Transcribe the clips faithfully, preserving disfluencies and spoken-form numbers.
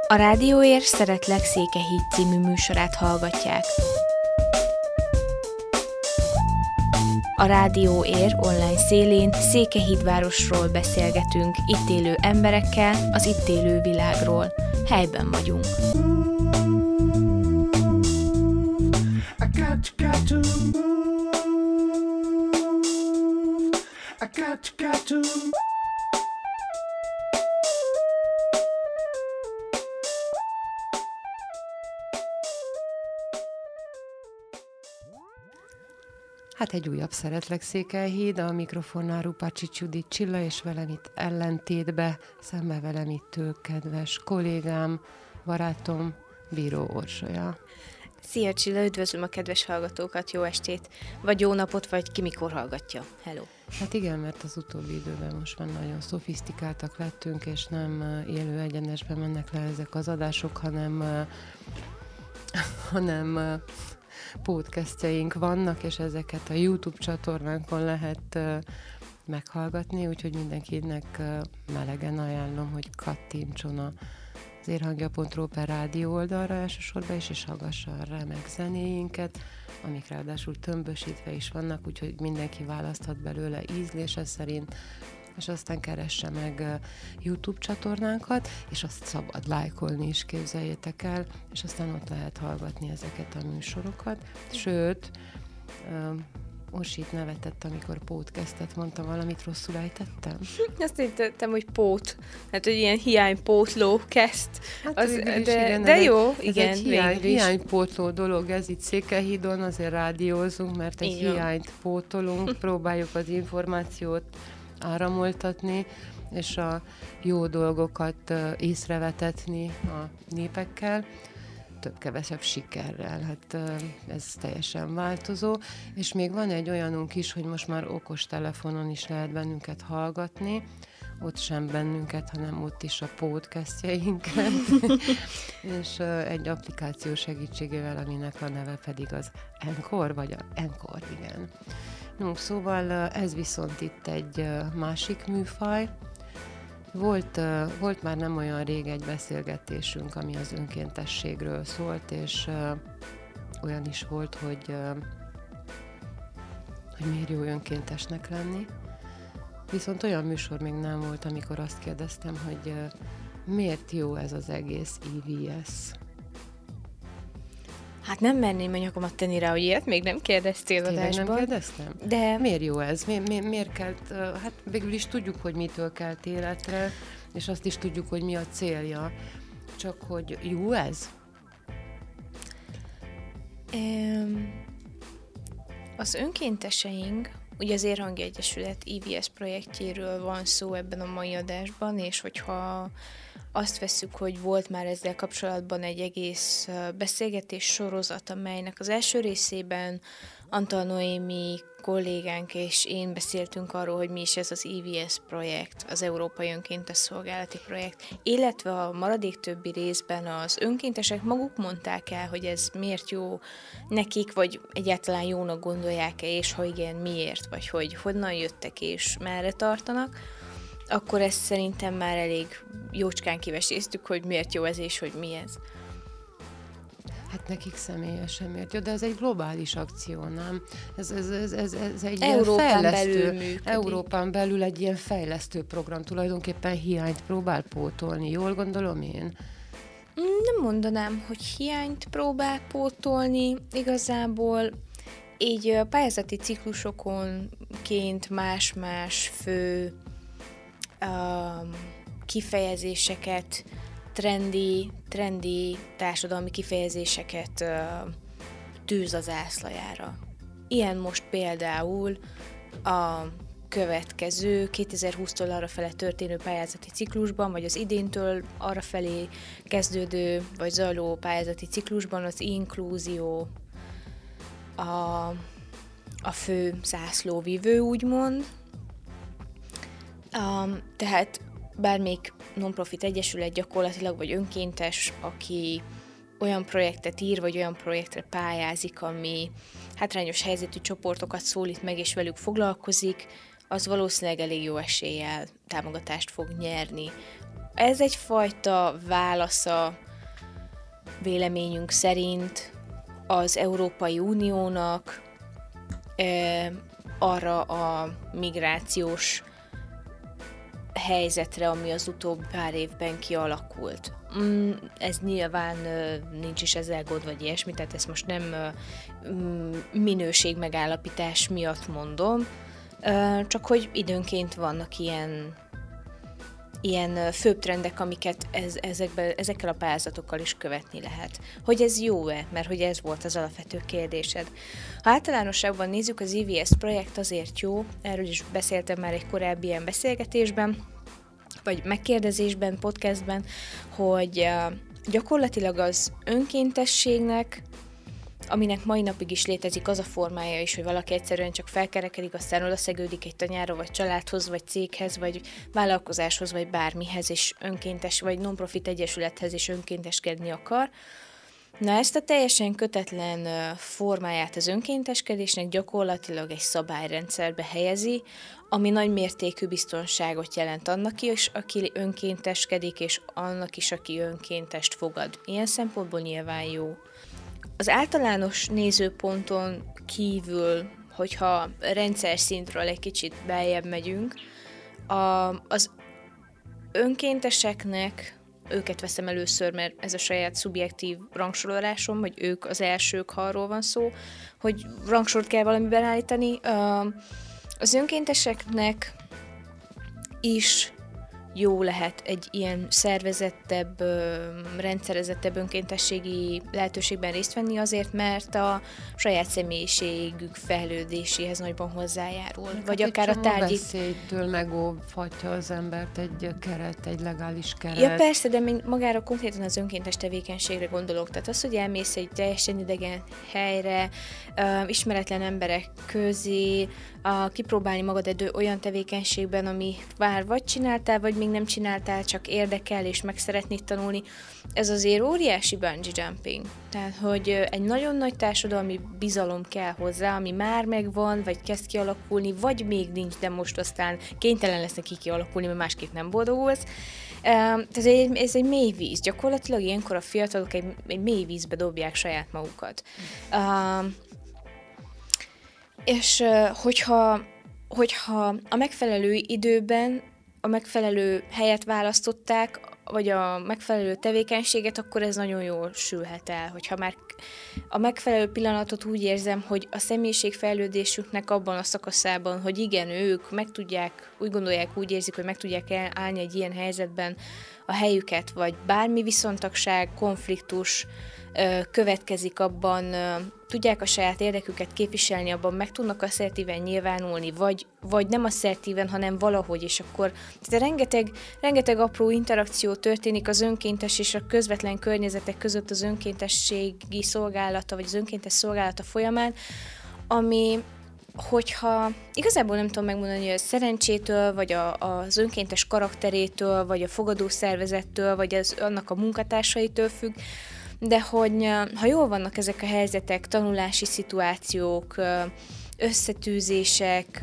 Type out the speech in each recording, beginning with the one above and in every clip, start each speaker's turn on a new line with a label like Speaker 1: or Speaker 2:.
Speaker 1: A Rádióér Szeretlek Székelyhíd című műsorát hallgatják. A Rádióér online szélén Székelyhídvárosról beszélgetünk, itt élő emberekkel, az itt élő világról. Helyben vagyunk.
Speaker 2: Hát egy újabb Szeretlek Székelyhíd, a mikrofonnál Rupácsics Judit Csilla, és velem itt ellentétbe, szembe velem itt ő kedves kollégám, barátom, Bíró Orsolya.
Speaker 1: Szia Csilla, üdvözlöm a kedves hallgatókat, jó estét, vagy jó napot, vagy ki mikor hallgatja. Hello!
Speaker 2: Hát igen, mert az utóbbi időben most már nagyon szofisztikáltak lettünk, és nem élő egyenesben mennek le ezek az adások, hanem, hanem podcastjaink vannak, és ezeket a YouTube csatornánkon lehet uh, meghallgatni, úgyhogy mindenkinek uh, melegen ajánlom, hogy kattintson az érhangja pont ro per rádió oldalra elsősorban is, és hallgassa a remek zenéinket, amik ráadásul tömbösítve is vannak, úgyhogy mindenki választhat belőle ízlése szerint, és aztán keresse meg uh, YouTube csatornánkat, és azt szabad lájkolni is, képzeljétek el, és aztán ott lehet hallgatni ezeket a műsorokat. Sőt, uh, Orsit nevetett, amikor podcastet mondtam, valamit rosszul ejtettem.
Speaker 1: Azt hittem, hogy pót. Hát, hogy ilyen hiánypótló kezd.
Speaker 2: Hát,
Speaker 1: az,
Speaker 2: de,
Speaker 1: igen, de jó,
Speaker 2: ez
Speaker 1: igen.
Speaker 2: egy hiány, hiánypótló dolog, ez itt Székelyhídon, azért rádiózunk, mert egy
Speaker 1: igen.
Speaker 2: hiányt pótolunk, próbáljuk az információt áramoltatni, és a jó dolgokat uh, észrevetetni a népekkel, több-kevesebb sikerrel. Hát uh, ez teljesen változó. És még van egy olyanunk is, hogy most már okostelefonon is lehet bennünket hallgatni, ott sem bennünket, hanem ott is a podcastjainkat, és uh, egy applikáció segítségével, aminek a neve pedig az Encore, vagy a Encore, igen. No, szóval ez viszont itt egy másik műfaj. Volt, volt már nem olyan rég egy beszélgetésünk, ami az önkéntességről szólt, és olyan is volt, hogy, hogy miért jó önkéntesnek lenni. Viszont olyan műsor még nem volt, amikor azt kérdeztem, hogy miért jó ez az egész i vé es.
Speaker 1: Hát nem merném a nyakamat tenni rá, hogy ilyet még nem kérdeztél adásban.
Speaker 2: nem kérdeztem?
Speaker 1: De...
Speaker 2: Miért jó ez? Mi, mi, miért kelt? Hát végül is tudjuk, hogy mitől kelt életre, és azt is tudjuk, hogy mi a célja. Csak hogy jó ez?
Speaker 1: Um, az önkénteseink, ugye az Érhangja Egyesület i vé es projektjéről van szó ebben a mai adásban, és hogyha azt vesszük, hogy volt már ezzel kapcsolatban egy egész beszélgetés sorozat, amelynek az első részében Antal Noémi kollégánk és én beszéltünk arról, hogy mi is ez az i vé es projekt, az Európai Önkéntes Szolgálati Projekt, illetve a maradék többi részben az önkéntesek maguk mondták el, hogy ez miért jó nekik, vagy egyáltalán jónak gondolják-e, és ha igen, miért, vagy hogy honnan jöttek és merre tartanak, akkor ezt szerintem már elég jócskán kiveséztük, hogy miért jó ez és hogy mi ez.
Speaker 2: Hát nekik személyesen miért jó, de ez egy globális akció, nem? Ez, ez, ez, ez, ez egy
Speaker 1: Európán
Speaker 2: ilyen fejlesztő,
Speaker 1: belül működik.
Speaker 2: Európán belül egy ilyen fejlesztő program, tulajdonképpen hiányt próbál pótolni, jól gondolom én?
Speaker 1: Nem mondanám, hogy hiányt próbál pótolni, igazából így pályázati ciklusokonként más-más fő um, kifejezéseket, trendi, trendi társadalmi kifejezéseket uh, tűz az zászlajára. Ilyen most például a következő kétezer-húsztól arrafele történő pályázati ciklusban, vagy az idéntől arrafelé kezdődő, vagy zajló pályázati ciklusban az inklúzió a, a fő zászlóvivő, úgymond. Um, tehát bármelyik non-profit egyesület gyakorlatilag, vagy önkéntes, aki olyan projektet ír, vagy olyan projektre pályázik, ami hátrányos helyzetű csoportokat szólít meg, és velük foglalkozik, az valószínűleg elég jó eséllyel támogatást fog nyerni ez egyfajta válasza véleményünk szerint az Európai Uniónak e, arra a migrációs helyzetre, ami az utóbbi pár évben kialakult. Mm, ez nyilván uh, nincs is ezzel gond, vagy ilyesmi, tehát ezt most nem uh, minőség megállapítás miatt mondom, uh, csak hogy időnként vannak ilyen, ilyen főbb trendek, amiket ez, ezekbe, ezekkel a pályázatokkal is követni lehet. Hogy ez jó-e? Mert hogy ez volt az alapvető kérdésed. Ha általánosságban nézzük, az i vé es projekt azért jó, erről is beszéltem már egy korábbi ilyen beszélgetésben, vagy megkérdezésben, podcastben, hogy gyakorlatilag az önkéntességnek, aminek mai napig is létezik az a formája is, hogy valaki egyszerűen csak felkerekedik, aztán odaszegődik egy tanyára, vagy családhoz, vagy céghez, vagy vállalkozáshoz, vagy bármihez, és önkéntes, vagy non-profit egyesülethez is önkénteskedni akar. Na, ezt a teljesen kötetlen formáját az önkénteskedésnek gyakorlatilag egy szabályrendszerbe helyezi, ami nagy mértékű biztonságot jelent annak is, aki önkénteskedik, és annak is, aki önkéntest fogad. Ilyen szempontból nyilván jó. Az általános nézőponton kívül, hogyha rendszer szintről egy kicsit beljebb megyünk, a, az önkénteseknek, őket veszem először, mert ez a saját szubjektív rangsorolásom, vagy ők az elsők, ha arról van szó, hogy rangsort kell valamiben állítani. Az önkénteseknek is jó lehet egy ilyen szervezettebb, rendszerezettebb önkéntességi lehetőségben részt venni azért, mert a saját személyiségük fejlődéséhez nagyban hozzájárul.
Speaker 2: Hát
Speaker 1: vagy akár a tárgyi...
Speaker 2: veszélytől megóvhatja az embert egy keret, egy legális keret.
Speaker 1: Ja persze, de még magára konkrétan az önkéntes tevékenységre gondolok. Tehát az, hogy elmész egy teljesen idegen helyre, uh, ismeretlen emberek közé, uh, kipróbálni magad egy olyan tevékenységben, ami már vagy csináltál, vagy még nem csináltál, csak érdekel, és meg szeretnéd tanulni. Ez azért óriási bungee jumping. Tehát, hogy egy nagyon nagy társadalmi bizalom kell hozzá, ami már megvan, vagy kezd kialakulni, vagy még nincs, de most aztán kénytelen lesz neki kialakulni, mert másképp nem boldogulsz. Ez egy, ez egy mély víz. Gyakorlatilag ilyenkor a fiatalok egy, egy mély vízbe dobják saját magukat. Uh, és uh, hogyha, hogyha a megfelelő időben a megfelelő helyet választották, vagy a megfelelő tevékenységet, akkor ez nagyon jól sülhet el. Hogyha már a megfelelő pillanatot úgy érzem, hogy a személyiségfejlődésüknek abban a szakaszában, hogy igen, ők meg tudják, úgy gondolják, úgy érzik, hogy meg tudják állni egy ilyen helyzetben a helyüket, vagy bármi viszontagság, konfliktus következik abban, tudják a saját érdeküket képviselni, abban meg tudnak asszertíven nyilvánulni, vagy, vagy nem asszertíven, hanem valahogy, és akkor tehát rengeteg, rengeteg apró interakció történik az önkéntes és a közvetlen környezetek között az önkéntességi szolgálata, vagy az önkéntes szolgálata folyamán, ami, hogyha igazából nem tudom megmondani, hogy a szerencsétől, vagy a, az önkéntes karakterétől, vagy a fogadószervezettől, vagy az, annak a munkatársaitől függ, de hogy ha jól vannak ezek a helyzetek, tanulási szituációk, összetűzések,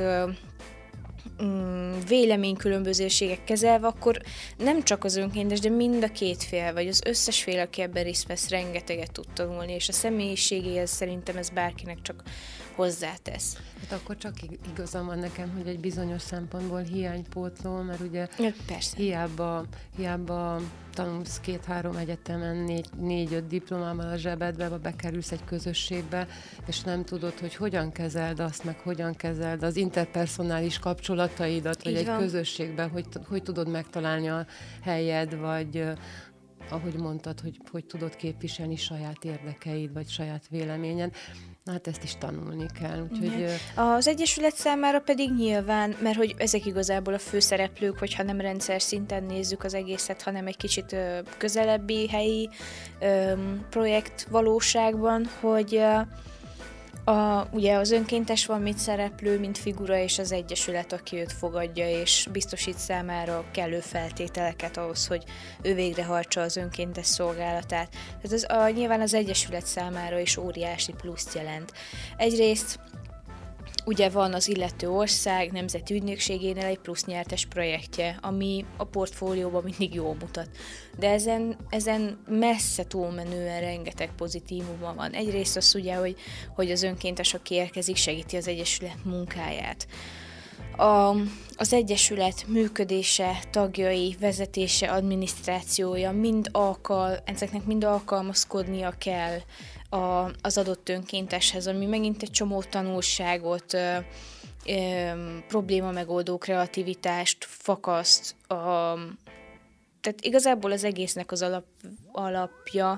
Speaker 1: véleménykülönbözőségek kezelve, akkor nem csak az önkéntes, de mind a két fél, vagy az összes fél, aki ebben részt vesz, rengeteget tud tanulni, és a személyiségéhez szerintem ez bárkinek csak hozzátesz.
Speaker 2: Hát akkor csak igazam van nekem, hogy egy bizonyos szempontból hiánypótló, mert ugye
Speaker 1: ja, persze.
Speaker 2: hiába, hiába tanulsz két-három egyetemen, négy, négy-öt diplomával a zsebedbe, bekerülsz egy közösségbe, és nem tudod, hogy hogyan kezeld azt, meg hogyan kezeld az interpersonális kapcsolataidat, vagy egy közösségben, hogy, hogy tudod megtalálni a helyed, vagy ahogy mondtad, hogy, hogy tudod képviselni saját érdekeid, vagy saját véleményed. Na, hát ezt is tanulni kell. Úgyhogy,
Speaker 1: az Egyesület számára pedig nyilván, mert hogy ezek igazából a főszereplők, hogyha nem rendszer szinten nézzük az egészet, hanem egy kicsit ö, közelebbi helyi ö, projekt valóságban, hogy ö, a, ugye az önkéntes van, mint szereplő, mint figura, és az Egyesület, aki őt fogadja, és biztosít számára kellő feltételeket ahhoz, hogy ő végrehajtsa az önkéntes szolgálatát. Tehát az, a, nyilván az Egyesület számára is óriási pluszt jelent. Egyrészt ugye van az illető ország nemzeti ügynökségénél egy plusz nyertes projektje, ami a portfólióban mindig jól mutat. De ezen, ezen messze túlmenően rengeteg pozitívuma van. Egyrészt az ugye, hogy, hogy az önkéntes, aki érkezik, segíti az Egyesület munkáját. A, az Egyesület működése, tagjai, vezetése, adminisztrációja, mind alkal, ezeknek mind alkalmazkodnia kell a, az adott önkénteshez, ami megint egy csomó tanulságot, ö, ö, probléma megoldó kreativitást fakaszt. A, tehát igazából az egésznek az alap, alapja,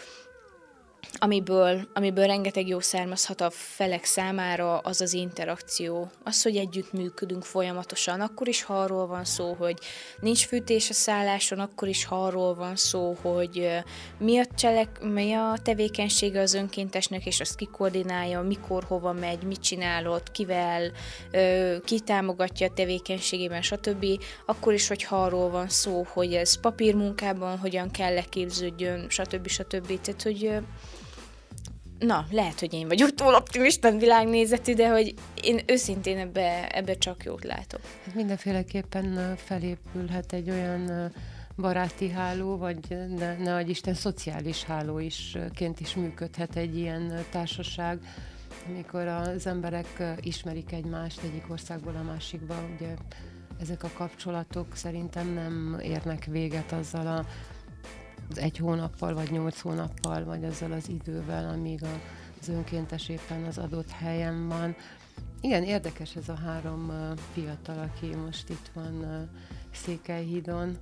Speaker 1: Amiből, amiből rengeteg jó származhat a felek számára, az az interakció. Az, hogy együtt működünk folyamatosan, akkor is, ha arról van szó, hogy nincs fűtés a szálláson, akkor is, ha arról van szó, hogy mi a, cselek, mi a tevékenysége az önkéntesnek, és azt ki koordinálja, mikor, hova megy, mit csinálod, kivel, ki támogatja a tevékenységében, stb. Akkor is, hogy ha arról van szó, hogy ez papírmunkában hogyan kell leképződjön, stb. stb. Tehát, hogy na, lehet, hogy én vagyok túl optimista világnézetű, de hogy én őszintén ebbe, ebbe csak jót látok.
Speaker 2: Hát mindenféleképpen felépülhet egy olyan baráti háló, vagy ne, ne adj Isten, szociális háló isként is működhet egy ilyen társaság, amikor az emberek ismerik egymást egyik országból a másikba. Ugye ezek a kapcsolatok szerintem nem érnek véget azzal a az egy hónappal, vagy nyolc hónappal, vagy azzal az idővel, amíg az önkéntes éppen az adott helyen van. Igen, érdekes ez a három fiatal, aki most itt van Székelyhídon.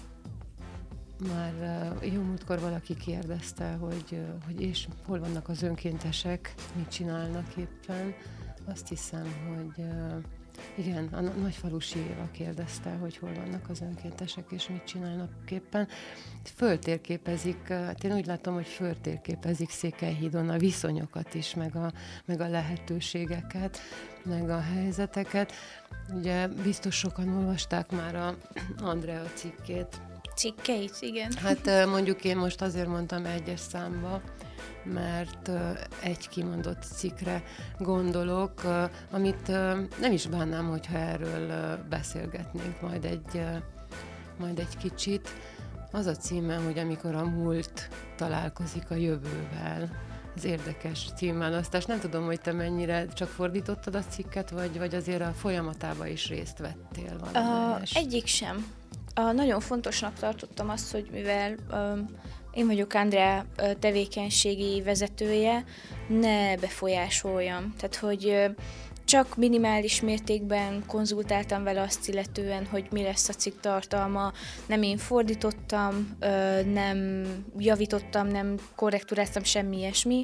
Speaker 2: Már jó múltkor valaki kérdezte, hogy, hogy és hol vannak az önkéntesek, mit csinálnak éppen. Azt hiszem, hogy igen, a nagyfalusi Éva kérdezte, hogy hol vannak az önkéntesek, és mit csinálnak éppen. Föltérképezik, hát én úgy látom, hogy föltérképezik Székelyhídon a viszonyokat is, meg a, meg a lehetőségeket, meg a helyzeteket. Ugye biztos sokan olvasták már a Andrea cikkét.
Speaker 1: Cikkeit, igen.
Speaker 2: Hát mondjuk én most azért mondtam egyes számba, mert egy kimondott cikkre gondolok, amit nem is bánnám, hogyha erről beszélgetnénk majd egy, majd egy kicsit. Az a címe, hogy amikor a múlt találkozik a jövővel. Ez érdekes címválasztás. Nem tudom, hogy te mennyire csak fordítottad a cikket, vagy, vagy azért a folyamatában is részt vettél valamelyes.
Speaker 1: Egyik sem. A, nagyon fontosnak tartottam azt, hogy mivel um, én vagyok Andrea tevékenységi vezetője, ne befolyásoljam. Tehát, hogy csak minimális mértékben konzultáltam vele azt illetően, hogy mi lesz a cikk tartalma. Nem én fordítottam, nem javítottam, nem korrektúráztam, semmi ilyesmi.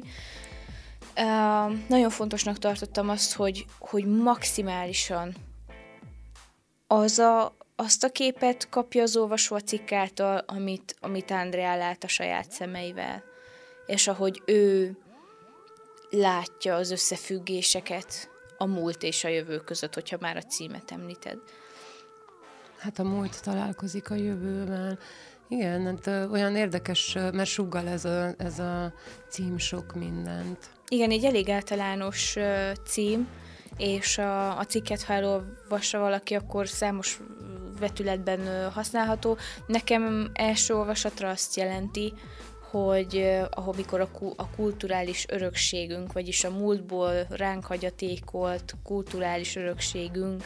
Speaker 1: Nagyon fontosnak tartottam azt, hogy, hogy maximálisan az a azt a képet kapja az olvasó a cikk által, amit, amit Andrea lát a saját szemeivel. És ahogy ő látja az összefüggéseket a múlt és a jövő között, hogyha már a címet említed.
Speaker 2: Hát a múlt találkozik a jövővel. Igen, hát olyan érdekes, mert suggal ez a, ez a cím sok mindent.
Speaker 1: Igen, egy elég általános uh, cím, és a, a cikket, ha elolvassa valaki, akkor számos vetületben használható. Nekem első olvasatra azt jelenti, hogy ahol mikor a, a kulturális örökségünk, vagyis a múltból ránk hagyatékolt kulturális örökségünk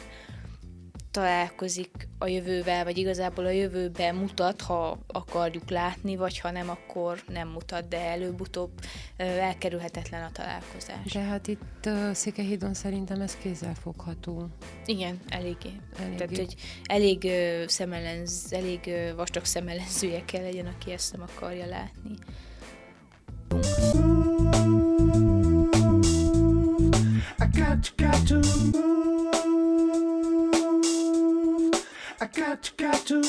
Speaker 1: találkozik a jövővel, vagy igazából a jövőben mutat, ha akarjuk látni, vagy ha nem, akkor nem mutat, de előbb-utóbb elkerülhetetlen a találkozás.
Speaker 2: De hát itt Székelyhídon szerintem ez kézzelfogható.
Speaker 1: Igen, eléggé. eléggé. Tehát, hogy elég, szemelenz, elég vastag szemellenzője kell legyen, aki ezt nem akarja látni. I got to, got to move. I got to, got to.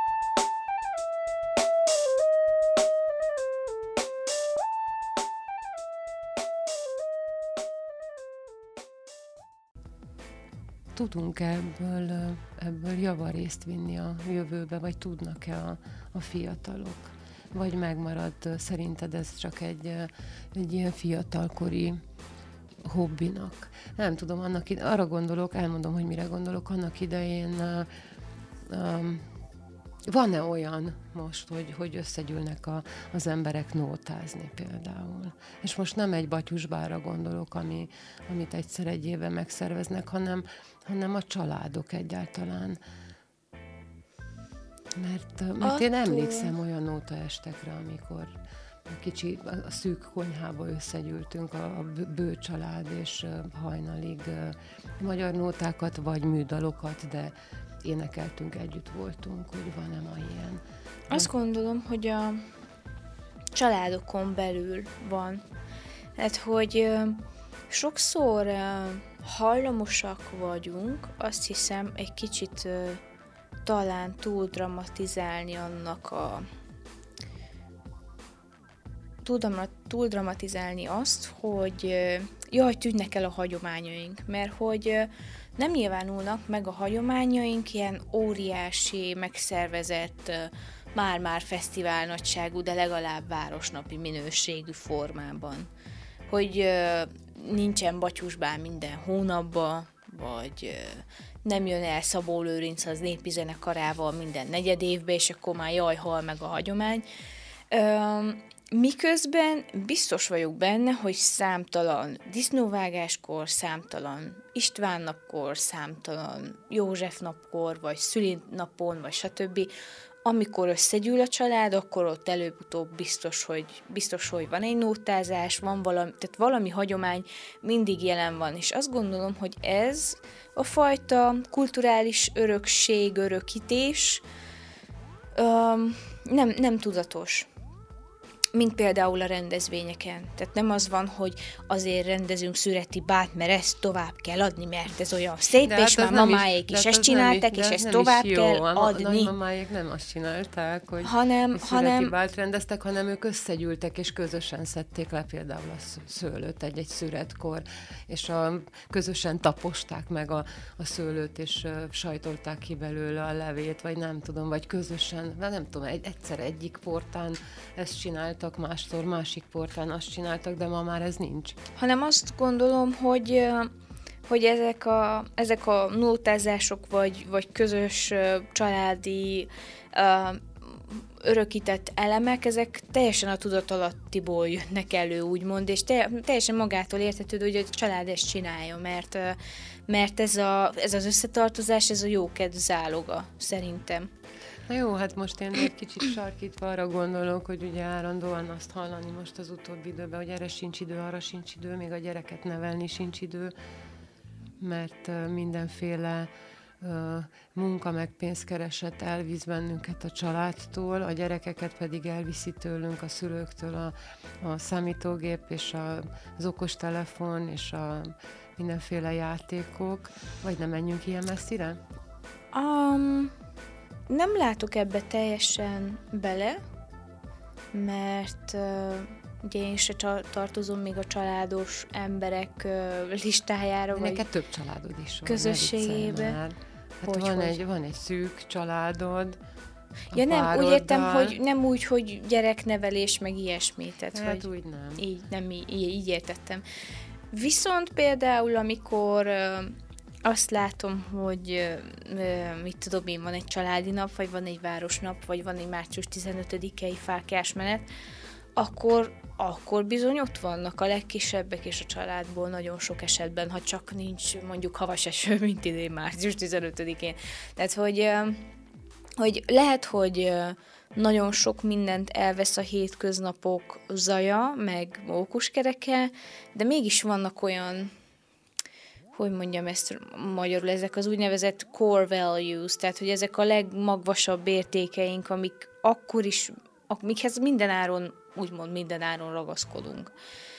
Speaker 1: Tudunk ebből, ebből javarészt vinni a jövőbe, vagy tudnak-e a, a fiatalok? Vagy megmarad szerinted ez csak egy, egy ilyen fiatalkori
Speaker 2: hobbinak. Nem tudom, annak ide, arra gondolok, elmondom, hogy mire gondolok, annak idején uh, um, van-e olyan most, hogy, hogy összegyűlnek a, az emberek nótázni például? És most nem egy batyusbára gondolok, ami, amit egyszer egy éve megszerveznek, hanem, hanem a családok egyáltalán. Mert, mert én emlékszem olyan nótaestekre, amikor a kicsi, a szűk konyhába összegyűltünk, a, a bő család, és hajnalig magyar nótákat, vagy műdalokat, de énekeltünk, együtt voltunk, hogy van-e ma ilyen.
Speaker 1: Azt gondolom, hogy a családokon belül van. Tehát, hogy sokszor hajlamosak vagyunk, azt hiszem, egy kicsit talán túl dramatizálni annak a túl, túl dramatizálni azt, hogy jaj, tűnnek el a hagyományaink, mert hogy nem nyilvánulnak meg a hagyományaink ilyen óriási, megszervezett, már-már fesztivál nagyságú, de legalább városnapi minőségű formában. Hogy nincsen batyusbál minden hónapban, vagy nem jön el Szabó Lőrinc az népi zenekarával minden negyed évbe, és akkor már jaj, hal meg a hagyomány. Miközben biztos vagyok benne, hogy számtalan disznóvágáskor, számtalan István napkor, számtalan József napkor, vagy szülinapon, vagy stb., amikor összegyűl a család, akkor ott előbb-utóbb biztos, hogy, biztos, hogy van egy nótázás, van valami, tehát valami hagyomány mindig jelen van, és azt gondolom, hogy ez a fajta kulturális örökség, örökítés um, nem, nem tudatos. Mint például a rendezvényeken. Tehát nem az van, hogy azért rendezünk szüreti bát, mert ezt tovább kell adni, mert ez olyan szép,
Speaker 2: de
Speaker 1: és
Speaker 2: hát
Speaker 1: már mamáék
Speaker 2: is,
Speaker 1: is ezt csinálták, és ezt tovább kell adni.
Speaker 2: A nagymamáék nem azt csinálták, hogy
Speaker 1: hanem,
Speaker 2: szüreti
Speaker 1: hanem,
Speaker 2: bát rendeztek, hanem ők összegyűltek, és közösen szedték le például a szőlőt egy-egy szüretkor, és a, közösen taposták meg a, a szőlőt, és uh, sajtolták ki belőle a levét, vagy nem tudom, vagy közösen, nem tudom, egy, egyszer egyik portán ezt csináltak, mástól másik portán azt csináltak, de ma már ez nincs.
Speaker 1: Hanem azt gondolom, hogy, hogy ezek a, ezek a nótázások, vagy, vagy közös családi örökített elemek, ezek teljesen a tudatalattiból jönnek elő, úgymond, és te, teljesen magától értetődő, hogy a család ezt csinálja, mert, mert ez, a, ez az összetartozás, ez a jókedv záloga, szerintem.
Speaker 2: Na jó, hát most én egy kicsit sarkítva arra gondolok, hogy ugye állandóan azt hallani most az utóbbi időben, hogy erre sincs idő, arra sincs idő, még a gyereket nevelni sincs idő, mert uh, mindenféle uh, munka meg pénzkereset elvisz bennünket a családtól, a gyerekeket pedig elviszi tőlünk, a szülőktől a, a számítógép és a, az okostelefon és a mindenféle játékok, vagy nem menjünk ilyen messzire?
Speaker 1: Um... Nem látok ebbe teljesen bele, mert uh, ugye én se tartozom még a családos emberek uh, listájára,
Speaker 2: de
Speaker 1: vagy
Speaker 2: neked több családod is van,
Speaker 1: közösségébe.
Speaker 2: Hát
Speaker 1: hogy,
Speaker 2: van,
Speaker 1: hogy?
Speaker 2: Egy, van egy szűk családod.
Speaker 1: Ja nem, úgy értem, hogy nem úgy, hogy gyereknevelés, meg ilyesmi. Tehát,
Speaker 2: hát
Speaker 1: hogy
Speaker 2: úgy nem.
Speaker 1: Így, nem így, így értettem. Viszont például, amikor... Uh, azt látom, hogy mit tudom én, van egy családi nap, vagy van egy városnap, vagy van egy március tizenötödikei fáklyás menet, akkor, akkor bizony ott vannak a legkisebbek és a családból nagyon sok esetben, ha csak nincs mondjuk havas eső, mint idén március tizenötödikén. Tehát, hogy, hogy lehet, hogy nagyon sok mindent elvesz a hétköznapok zaja, meg mókuskereke, de mégis vannak olyan, hogy mondjam ezt magyarul, ezek az úgynevezett core values, tehát hogy ezek a legmagvasabb értékeink, amik akkor is, amikhez mindenáron, úgymond mindenáron ragaszkodunk.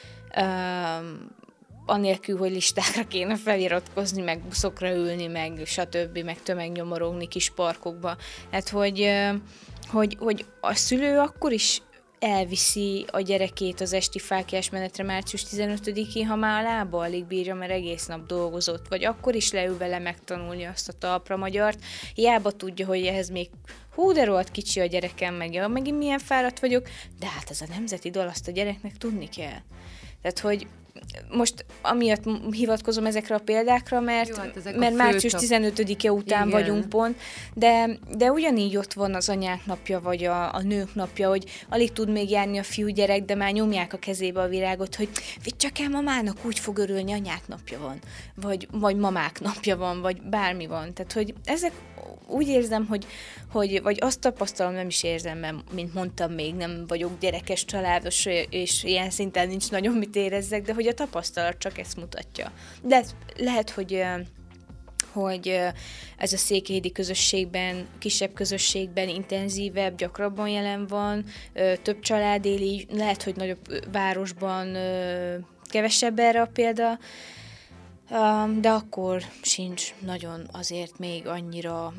Speaker 1: Um, anélkül, hogy listákra kéne feliratkozni, meg buszokra ülni, meg stb., meg tömegnyomorogni kis parkokba. Tehát, hogy, hogy, hogy a szülő akkor is elviszi a gyerekét az esti fáklyás menetre március tizenötödikén, ha már a lába alig bírja, mert egész nap dolgozott, vagy akkor is leül vele megtanulni azt a talpra magyart. Hiába tudja, hogy ehhez még hú, de rohadt kicsi a gyerekem, meg ja, megint milyen fáradt vagyok, de hát ez a nemzeti dal, azt a gyereknek tudni kell. Tehát, hogy most amiatt hivatkozom ezekre a példákra, mert,
Speaker 2: Jó, hát
Speaker 1: mert március tizenötödike után igen. vagyunk pont, de, de ugyanígy ott van az anyák napja, vagy a, a nők napja, hogy alig tud még járni a fiúgyerek, de már nyomják a kezébe a virágot, hogy vidd csak el mamának, úgy fog örülni, anyák napja van, vagy, vagy mamák napja van, vagy bármi van. Tehát, hogy ezek úgy érzem, hogy, hogy vagy azt tapasztalom, nem is érzem, mert mint mondtam, még nem vagyok gyerekes, családos, és ilyen szinten nincs nagyon mit érezzek, de hogy a tapasztalat csak ezt mutatja. De lehet, hogy, hogy ez a székelyhídi közösségben, kisebb közösségben intenzívebb, gyakrabban jelen van, több család éli, lehet, hogy nagyobb városban kevesebb erre a példa, de akkor sincs nagyon azért még annyira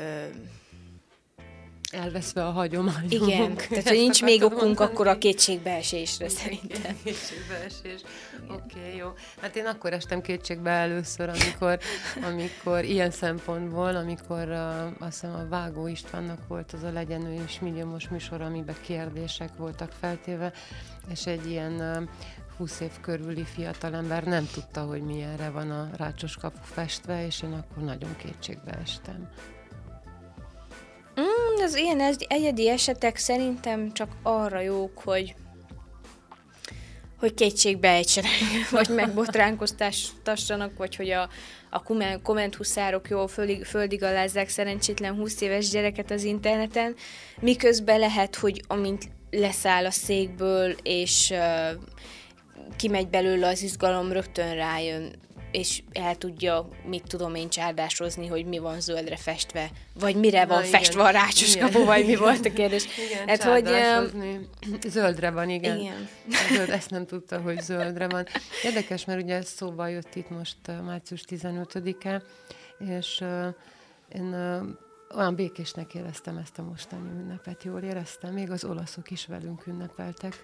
Speaker 2: elveszve a hagyományunk.
Speaker 1: Igen, tehát hogy nincs még okunk mondani. Akkor a kétségbeesésre szerintem.
Speaker 2: Kétségbeesés. Oké, okay, jó. Hát én akkor estem kétségbe először, amikor, amikor ilyen szempontból, amikor a, azt hiszem a Vágó Istvánnak volt az a Legyen ő is milliómos műsor, amiben kérdések voltak feltéve, és egy ilyen húsz év körüli fiatalember nem tudta, hogy milyenre van a rácsos kapu festve, és én akkor nagyon kétségbe estem.
Speaker 1: Mm, az ilyen egyedi esetek szerintem csak arra jók, hogy hogy kétségbe ejtsenek, vagy megbotránkoztassanak, vagy hogy a, a kommenthuszárok jól földig, földigalázzák szerencsétlen húsz éves gyereket az interneten, miközben lehet, hogy amint leszáll a székből, és uh, kimegy belőle az izgalom, rögtön rájön, és el tudja, mit tudom én, csárdásozni, hogy mi van zöldre festve, vagy mire Na, van igen. festve a rácsos kapu, vagy mi volt a kérdés.
Speaker 2: Igen, hát, csárdásozni. Hogy, zöldre van, igen. igen. Zöld, ezt nem tudta, hogy zöldre van. Érdekes, mert ugye ez szóval jött itt most uh, március tizenötödike, és uh, én uh, olyan békésnek éreztem ezt a mostani ünnepet, jól éreztem, még az olaszok is velünk ünnepeltek.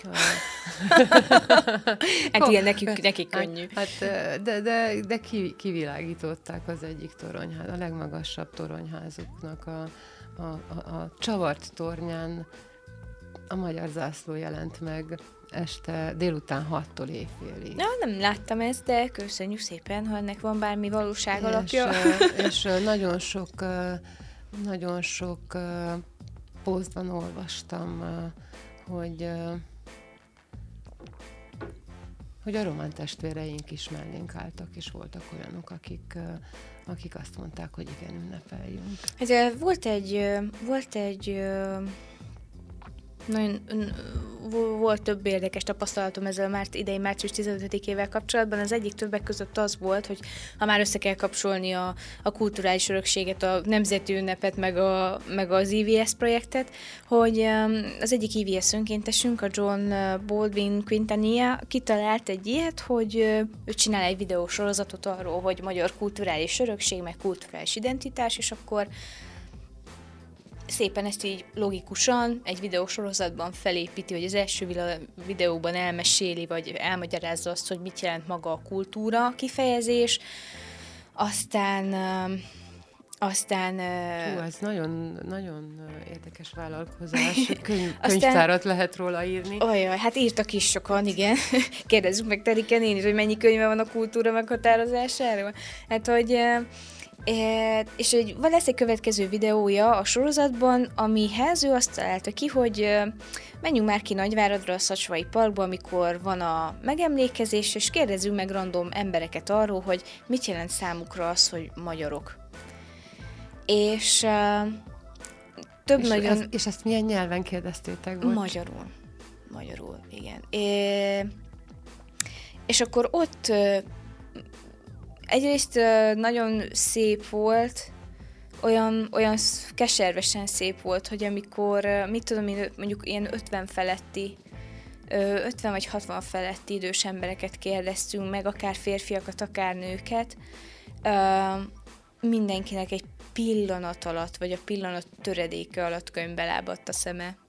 Speaker 1: Hát igen, nekik, nekik könnyű.
Speaker 2: Hát, de de, de kivilágították az egyik toronyház, a legmagasabb toronyházuknak a, a, a, a csavart tornyán a magyar zászló jelent meg este délután hattól éjfélig.
Speaker 1: Na, nem láttam ezt, de köszönjük szépen, ha ennek van bármi valóság alapja.
Speaker 2: És, és nagyon sok, nagyon sok posztban olvastam, hogy hogy a román testvéreink is mellénk álltak, és voltak olyanok, akik, akik azt mondták, hogy igen, ünnepeljünk.
Speaker 1: Hát volt egy, volt egy nagyon, volt több érdekes tapasztalatom ezzel már idei március tizenötödikével kapcsolatban. Az egyik többek között az volt, hogy ha már össze kell kapcsolni a, a kulturális örökséget, a nemzeti ünnepet, meg, a, meg az i vé es projektet, hogy az egyik i vé es önkéntesünk, a John Baldwin Quintanilla kitalált egy ilyet, hogy ő csinál egy videósorozatot arról, hogy magyar kulturális örökség, meg kulturális identitás, és akkor szépen ezt így logikusan egy videósorozatban felépíti, hogy az első videóban elmeséli, vagy elmagyarázza azt, hogy mit jelent maga a kultúra kifejezés, aztán aztán...
Speaker 2: Hú, ez nagyon, nagyon érdekes vállalkozás, Könyv, könyvtárat lehet róla írni.
Speaker 1: Olyan, hát írtak is sokan, igen. Kérdezzük meg Teriken én is, hogy mennyi könyve van a kultúra meghatározásáról. Hát, hogy... É, és egy, van lesz egy következő videója a sorozatban, amihez ő azt találta ki, hogy menjünk már ki Nagyváradra, a Szacsvai Parkba, amikor van a megemlékezés, és kérdezzünk meg random embereket arról, hogy mit jelent számukra az, hogy magyarok. És uh, több
Speaker 2: és
Speaker 1: nagyon...
Speaker 2: Ez, és ezt milyen nyelven kérdeztétek? Bocs?
Speaker 1: Magyarul. Magyarul, igen. É, és akkor ott... Egyrészt nagyon szép volt, olyan, olyan keservesen szép volt, hogy amikor, mit tudom én, mondjuk ilyen ötven feletti, ötven vagy hatvan feletti idős embereket kérdeztünk meg, akár férfiakat, akár nőket, mindenkinek egy pillanat alatt, vagy a pillanat töredéke alatt könyvbe lábadt a szeme.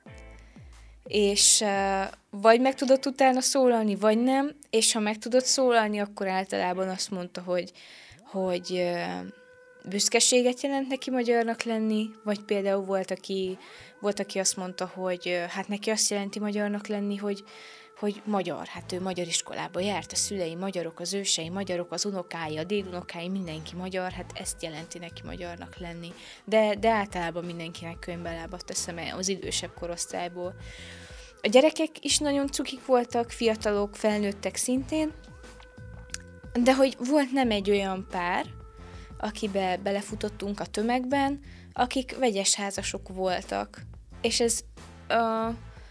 Speaker 1: És uh, vagy meg tudott utána szólalni, vagy nem, és ha meg tudott szólalni, akkor általában azt mondta, hogy, hogy uh, büszkeséget jelent neki magyarnak lenni, vagy például volt, aki, volt, aki azt mondta, hogy uh, hát neki azt jelenti magyarnak lenni, hogy, hogy magyar, hát ő magyar iskolába járt, a szülei magyarok, az ősei magyarok, az unokái, a dédunokái, mindenki magyar, hát ezt jelenti neki magyarnak lenni. De, de általában mindenkinek könyvbe lábadt eszeme az idősebb korosztályból. A gyerekek is nagyon cukik voltak, fiatalok, felnőttek szintén, de hogy volt nem egy olyan pár, akibe belefutottunk a tömegben, akik vegyes házasok voltak. És ez uh,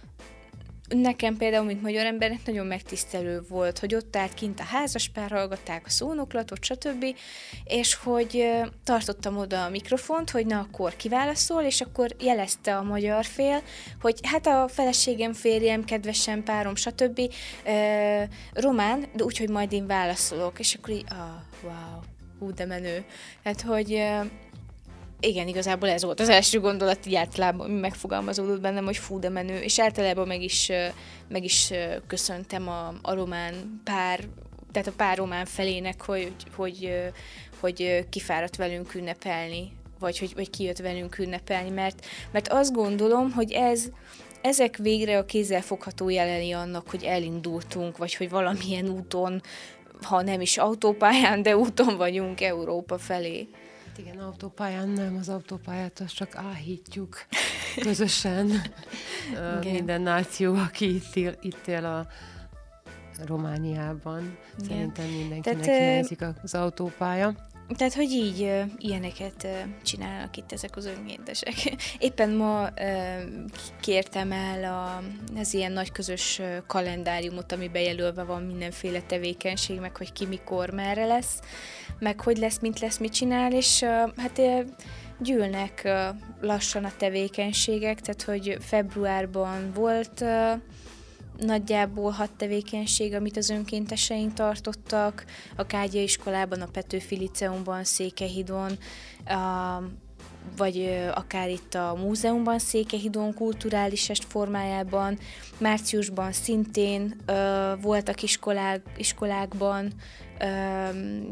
Speaker 1: nekem például, mint magyar embernek nagyon megtisztelő volt, hogy ott állt kint a házaspár, hallgatták a szónoklatot, stb. És hogy uh, tartottam oda a mikrofont, hogy na akkor kiválaszol, és akkor jelezte a magyar fél, hogy hát a feleségem, férjem, kedvesem, párom, stb. Uh, román, de úgyhogy majd én válaszolok. És akkor így, ah, wow, hú, de menő. Tehát, hogy... Uh, igen, igazából ez volt az első gondolat, így általában megfogalmazódott bennem, hogy fú, de menő, és általában meg is, meg is köszöntem a, a román pár, tehát a pár román felének, hogy, hogy, hogy kifáradt velünk ünnepelni, vagy hogy vagy kijött velünk ünnepelni, mert, mert azt gondolom, hogy ez, ezek végre a kézzelfogható jelei annak, hogy elindultunk, vagy hogy valamilyen úton, ha nem is autópályán, de úton vagyunk Európa felé.
Speaker 2: Igen, autópályán nem, az autópályát azt csak áhítjuk közösen. Minden náció, aki itt él, itt él a Romániában. Igen. Szerintem mindenkinek Tehát, hiányzik az autópálya.
Speaker 1: Tehát, hogy így uh, ilyeneket uh, csinálnak itt ezek az önkéntesek. Éppen ma uh, kértem el a, az ilyen nagy közös uh, kalendáriumot, ami bejelölve van mindenféle tevékenység, meg hogy ki mikor, merre lesz, meg hogy lesz, mint lesz, mit csinál, és uh, hát uh, gyűlnek uh, lassan a tevékenységek, tehát, hogy februárban volt... Uh, nagyjából hat tevékenység, amit az önkénteseink tartottak, a Kágya iskolában, a Petőfi Liceumban, Székelyhidon, a, vagy akár itt a múzeumban, Székelyhidon, kulturális est formájában. Márciusban szintén ö, voltak iskolák, iskolákban ö,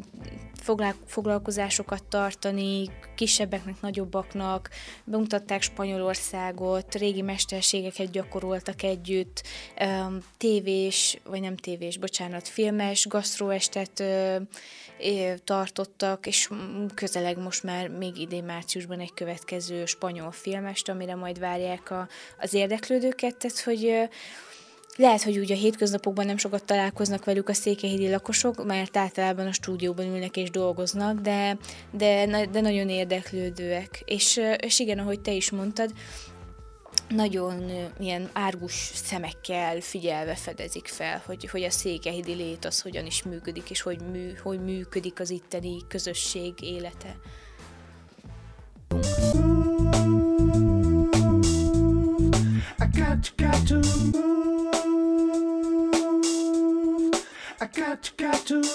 Speaker 1: foglalkozásokat tartani, kisebbeknek, nagyobbaknak, bemutatták Spanyolországot, régi mesterségeket gyakoroltak együtt, tévés, vagy nem tévés, bocsánat, filmes, gasztróestet tartottak, és közeleg most már még idén márciusban egy következő spanyol filmest, amire majd várják a, az érdeklődőket, tehát hogy lehet, hogy úgy a hétköznapokban nem sokat találkoznak velük a székelyhídi lakosok, mert általában a stúdióban ülnek és dolgoznak, de, de, de nagyon érdeklődőek. És, és igen, ahogy te is mondtad, nagyon ilyen árgus szemekkel figyelve fedezik fel, hogy, hogy a székelyhídi lét az hogyan is működik, és hogy, mű, hogy működik az itteni közösség élete. I got, got to move. I got, got to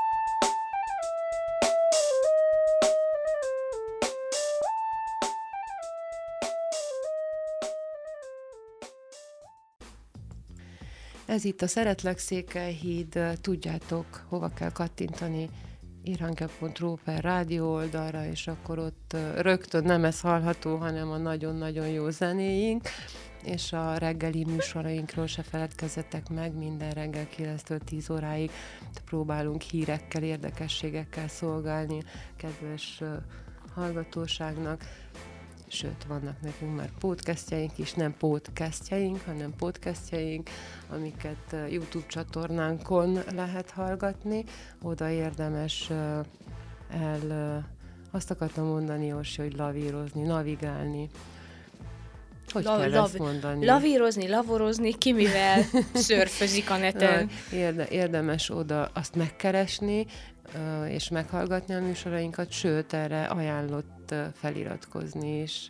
Speaker 2: Ez itt a Szeretlek Székelyhíd, tudjátok, hova kell kattintani, irhanke pont ru per rádió oldalra, és akkor ott rögtön nem ez hallható, hanem a nagyon-nagyon jó zenéink, és a reggeli műsorainkról se feledkezzetek meg, minden reggel kilenctől tíz óráig próbálunk hírekkel, érdekességekkel szolgálni kedves hallgatóságnak. Sőt, vannak nekünk már podcastjaink is, nem podcastjaink, hanem podcastjaink, amiket YouTube csatornánkon lehet hallgatni. Oda érdemes el, azt akartam mondani, Orsi, hogy lavírozni, navigálni. Hogy La, kell lav, ezt mondani?
Speaker 1: Lavírozni, lavorozni, ki mivel szörfözik a neten.
Speaker 2: Érde, érdemes oda azt megkeresni, és meghallgatni a műsorainkat, sőt, erre ajánlott feliratkozni, és,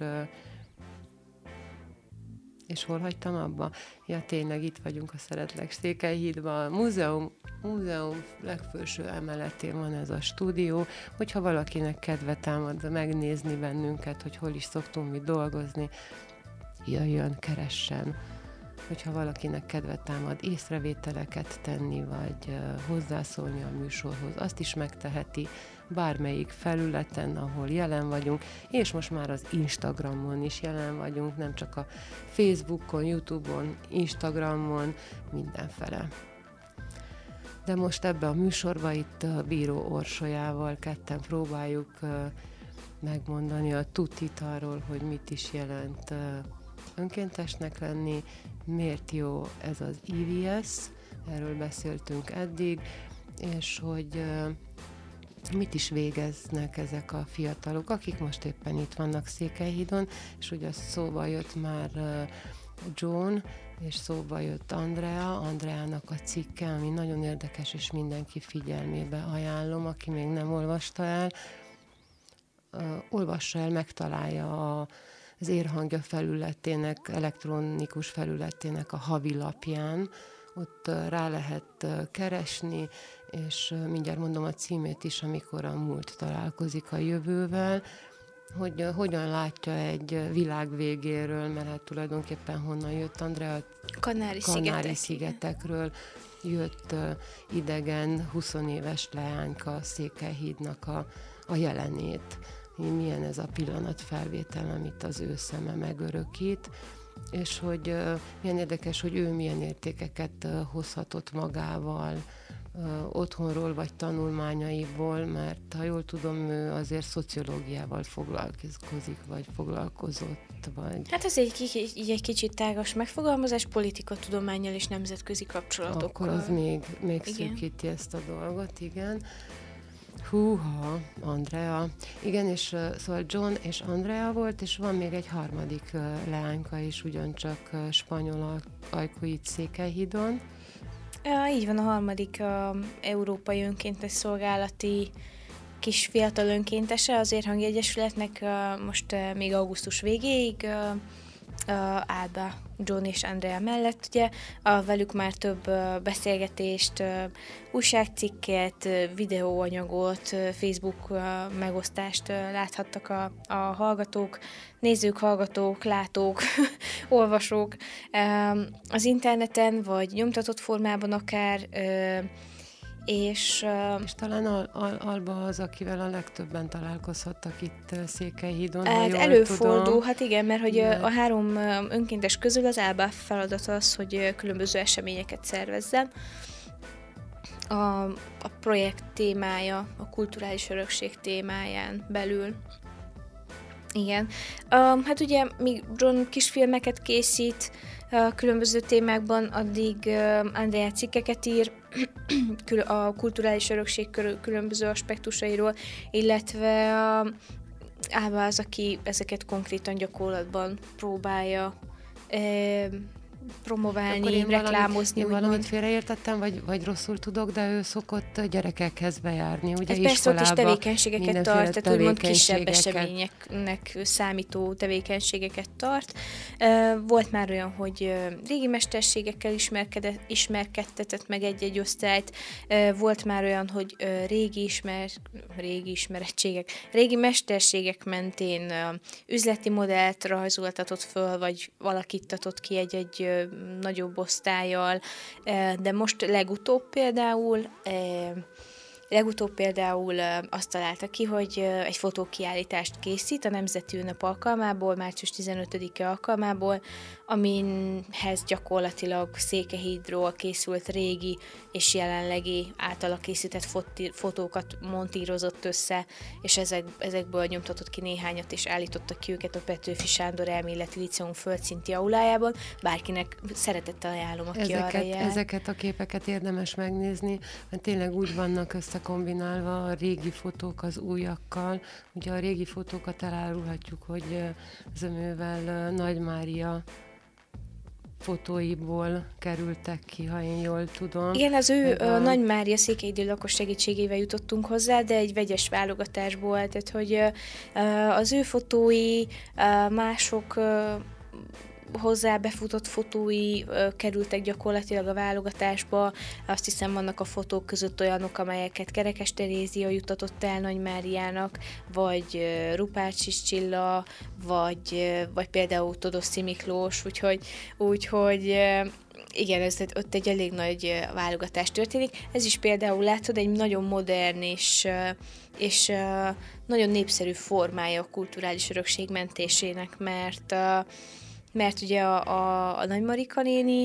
Speaker 2: és hol hagytam abba? Ja, tényleg itt vagyunk a Szeretlek Székelyhídban, a múzeum, múzeum legfelső emeletén van ez a stúdió, hogyha valakinek kedve támad megnézni bennünket, hogy hol is szoktunk mi dolgozni, jöjjön, keressen. hogyha valakinek kedvet támad észrevételeket tenni, vagy uh, hozzászólni a műsorhoz, azt is megteheti bármelyik felületen, ahol jelen vagyunk, és most már az Instagramon is jelen vagyunk, nem csak a Facebookon, YouTube-on, Instagramon, mindenfele. De most ebbe a műsorba itt a Bíró Orsolyával ketten próbáljuk uh, megmondani a tutit arról, hogy mit is jelent uh, önkéntesnek lenni, miért jó ez az i vé es, erről beszéltünk eddig, és hogy uh, mit is végeznek ezek a fiatalok, akik most éppen itt vannak Székelyhídon, és ugye szóba jött már uh, John, és szóba jött Andrea, Andreának a cikke, ami nagyon érdekes, és mindenki figyelmébe ajánlom, aki még nem olvasta el, uh, olvassa el, megtalálja a, az Érhangja felületének, elektronikus felületének a havilapján, ott uh, rá lehet uh, keresni, és uh, mindjárt mondom a címét is, amikor a múlt találkozik a jövővel, hogy uh, hogyan látja egy világ végéről, mert hát tulajdonképpen honnan jött Andrea? Kanári-szigetekről jött uh, idegen, huszonéves leányka Székelyhídnak a, a jelenét. Milyen ez a pillanatfelvétel, amit az ő szeme megörökít, és hogy uh, milyen érdekes, hogy ő milyen értékeket uh, hozhatott magával uh, otthonról vagy tanulmányaiból, mert ha jól tudom, ő azért szociológiával foglalkozik, vagy foglalkozott, vagy...
Speaker 1: Hát ez egy, egy, egy kicsit tágas megfogalmazás, politikatudománnyal és nemzetközi kapcsolatokkal.
Speaker 2: Akkor az még, még szűkíti ezt a dolgot, igen. Húha, Andrea. Igen, és uh, szóval John és Andrea volt, és van még egy harmadik uh, leányka is, ugyancsak uh, spanyol ajkú itt Székelyhídon.
Speaker 1: Ja, így van, a harmadik uh, európai önkéntes szolgálati kis fiatal önkéntese az Érhangja Egyesületnek uh, most uh, még augusztus végéig uh, uh, áll be John és Andrea mellett, ugye, a velük már több uh, beszélgetést, uh, újságcikket, uh, videóanyagot, uh, Facebook uh, megosztást uh, láthattak a, a hallgatók, nézők, hallgatók, látók, olvasók um, az interneten, vagy nyomtatott formában akár, uh, és, uh,
Speaker 2: és talán Al- Al- Alba az, akivel a legtöbben találkozhattak itt uh, Székelyhídon,
Speaker 1: hát
Speaker 2: ha jól
Speaker 1: előfordul,
Speaker 2: tudom.
Speaker 1: hát igen, mert hogy
Speaker 2: Mert...
Speaker 1: a három önkéntes közül az Alba feladata az, hogy különböző eseményeket szervezzen. A, a projekt témája, a kulturális örökség témáján belül. Igen. Uh, hát ugye, míg John kisfilmeket készít uh, különböző témákban, addig uh, Andrea cikkeket ír a kulturális örökség különböző aspektusairól, illetve uh, Ába az, aki ezeket konkrétan gyakorlatban próbálja uh, promoválni,
Speaker 2: én
Speaker 1: reklámozni.
Speaker 2: Valamit, én valamit félreértettem, vagy, vagy rosszul tudok, de ő szokott gyerekekhez bejárni, ugye iskolába.
Speaker 1: Persze ott is tevékenységeket tart, tehát úgymond kisebb eseményeknek számító tevékenységeket tart. Volt már olyan, hogy régi mesterségekkel ismerkedtetett meg egy-egy osztályt, volt már olyan, hogy régi, ismer, régi ismerettségek, régi mesterségek mentén üzleti modellt rajzoltatott föl, vagy alakítatott ki egy-egy nagyobb osztályjal, de most legutóbb például legutóbb például azt találta ki, hogy egy fotókiállítást készít a Nemzeti Ünnep alkalmából, március tizenötödike alkalmából, aminhez gyakorlatilag Székelyhídról készült régi és jelenlegi általa készített foti- fotókat montírozott össze, és ezek, ezekből nyomtatott ki néhányat, és állítottak ki őket a Petőfi Sándor Elméleti Liceum földszinti aulájában. Bárkinek szeretettel ajánlom, aki
Speaker 2: ezeket,
Speaker 1: arra jár.
Speaker 2: Ezeket a képeket érdemes megnézni, mert tényleg úgy vannak összekombinálva a régi fotók az újakkal. Ugye a régi fotókat elárulhatjuk, hogy zömővel Nagy Mária fotóiból kerültek ki, ha én jól tudom.
Speaker 1: Igen, az ő
Speaker 2: a...
Speaker 1: Nagy Mária székelyhídi lakos segítségével jutottunk hozzá, de egy vegyes válogatásból, tehát hogy az ő fotói, mások hozzá befutott fotói ö, kerültek gyakorlatilag a válogatásba. Azt hiszem, vannak a fotók között olyanok, amelyeket Kerekes Terézia jutatott el Nagy Máriának, vagy ö, Rupácsis Csilla, vagy, ö, vagy például Todoszi Miklós, úgyhogy, úgyhogy ö, igen, ez ott egy elég nagy válogatás történik. Ez is például látod egy nagyon modern és, és nagyon népszerű formája a kulturális örökség mentésének, mert, mert ugye a, a, a Nagy Marika néni,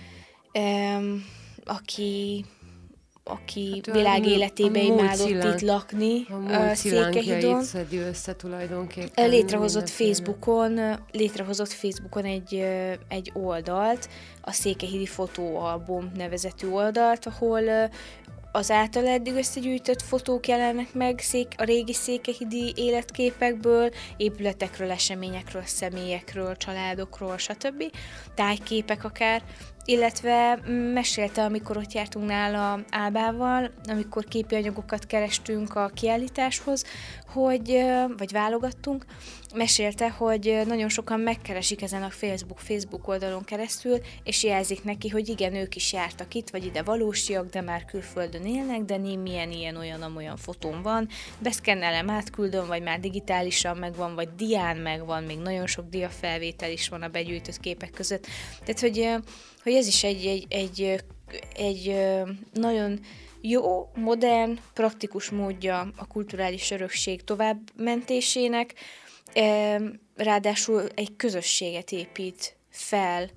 Speaker 1: aki aki hát világ életébe imádott itt lakni
Speaker 2: a Székelyhídon. Szedi össze tulajdonképpen.
Speaker 1: Létrehozott Facebookon, létrehozott Facebookon egy, egy oldalt, a Székelyhídi Fotóalbum nevezetű oldalt, ahol az által eddig összegyűjtött fotók jelennek meg a régi székelyhídi életképekből, épületekről, eseményekről, személyekről, családokról, stb. Tájképek akár, illetve mesélte, amikor ott jártunk nála Ábával, amikor képi anyagokat kerestünk a kiállításhoz, hogy, vagy válogattunk, mesélte, hogy nagyon sokan megkeresik ezen a Facebook, Facebook oldalon keresztül, és jelzik neki, hogy igen, ők is jártak itt, vagy ide valósiak, de már külföldön élnek, de némilyen ilyen olyan-olyan fotón van, beszkennelem, átküldöm, vagy már digitálisan megvan, vagy dián megvan, még nagyon sok diafelvétel is van a begyűjtött képek között. Tehát, hogy, hogy ez is egy, egy, egy, egy nagyon jó, modern, praktikus módja a kulturális örökség továbbmentésének, ráadásul egy közösséget épít fel,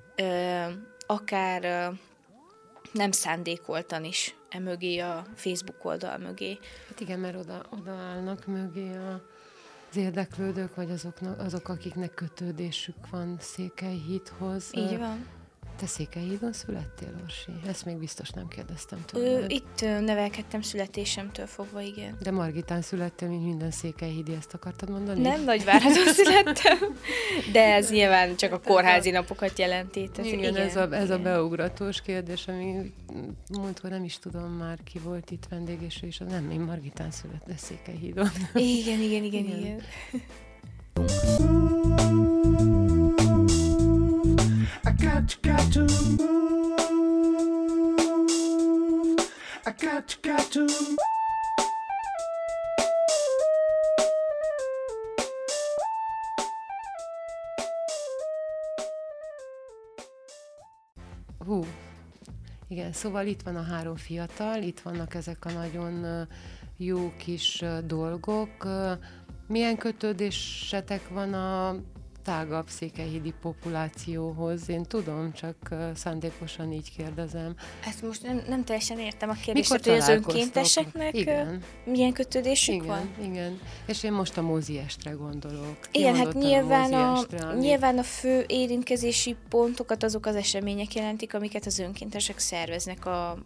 Speaker 1: akár nem szándékoltan is emögé a Facebook oldal mögé.
Speaker 2: Hát igen, mert oda, oda állnak mögé a, az érdeklődők, vagy azoknak, azok, akiknek kötődésük van Székelyhídhoz.
Speaker 1: Így van.
Speaker 2: Te Székelyhídon születtél, Orsi? Ezt még biztos nem kérdeztem tőled.
Speaker 1: Ö, itt nevelkedtem születésemtől fogva, igen.
Speaker 2: De Margitán születtél, mint minden székelyhídi, ezt akartad mondani?
Speaker 1: Nem, Nagyváradon születtem, de ez nyilván csak a kórházi napokat jelenti.
Speaker 2: Igen, igen, ez, a, ez igen. a beugratós kérdés, ami múltkor nem is tudom már, ki volt itt vendég, és ő is, nem, én Margitán születtem, de Székelyhídon.
Speaker 1: Igen, igen, igen, igen. igen.
Speaker 3: I got you, got to move. I got you, got to
Speaker 2: Hú, igen, szóval itt van a három fiatal, itt vannak ezek a nagyon jó kis dolgok. Milyen kötődésetek van a tágabb székelyhídi populációhoz? Én tudom, csak szándékosan így kérdezem.
Speaker 1: Ezt most nem, nem teljesen értem a kérdést, hogy az önkénteseknek
Speaker 2: igen.
Speaker 1: milyen kötődésük
Speaker 2: igen,
Speaker 1: van?
Speaker 2: Igen, és én most a Móziestre gondolok.
Speaker 1: Igen, hát nyilván a,
Speaker 2: a,
Speaker 1: nyilván a fő érintkezési pontokat azok az események jelentik, amiket az önkéntesek szerveznek a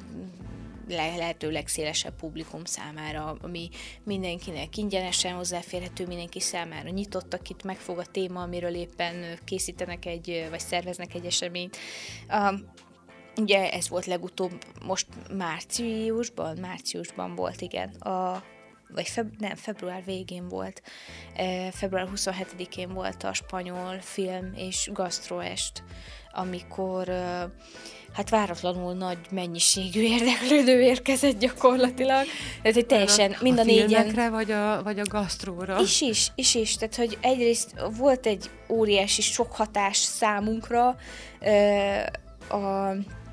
Speaker 1: lehető legszélesebb publikum számára, ami mindenkinek ingyenesen hozzáférhető, mindenki számára nyitott, akit megfog a téma, amiről éppen készítenek egy, vagy szerveznek egy eseményt. Uh, ugye ez volt legutóbb, most márciusban, márciusban volt, igen, a vagy feb- nem, február végén volt, e, február huszonhetedikén volt a spanyol film és gasztroest, amikor e, hát váratlanul nagy mennyiségű érdeklődő érkezett gyakorlatilag. Tehát, hogy teljesen
Speaker 2: a,
Speaker 1: mind a,
Speaker 2: a
Speaker 1: négyen...
Speaker 2: filmekre, vagy a, vagy a gasztróra?
Speaker 1: Is is, is is. Tehát, hogy egyrészt volt egy óriási sok hatás számunkra, e, a,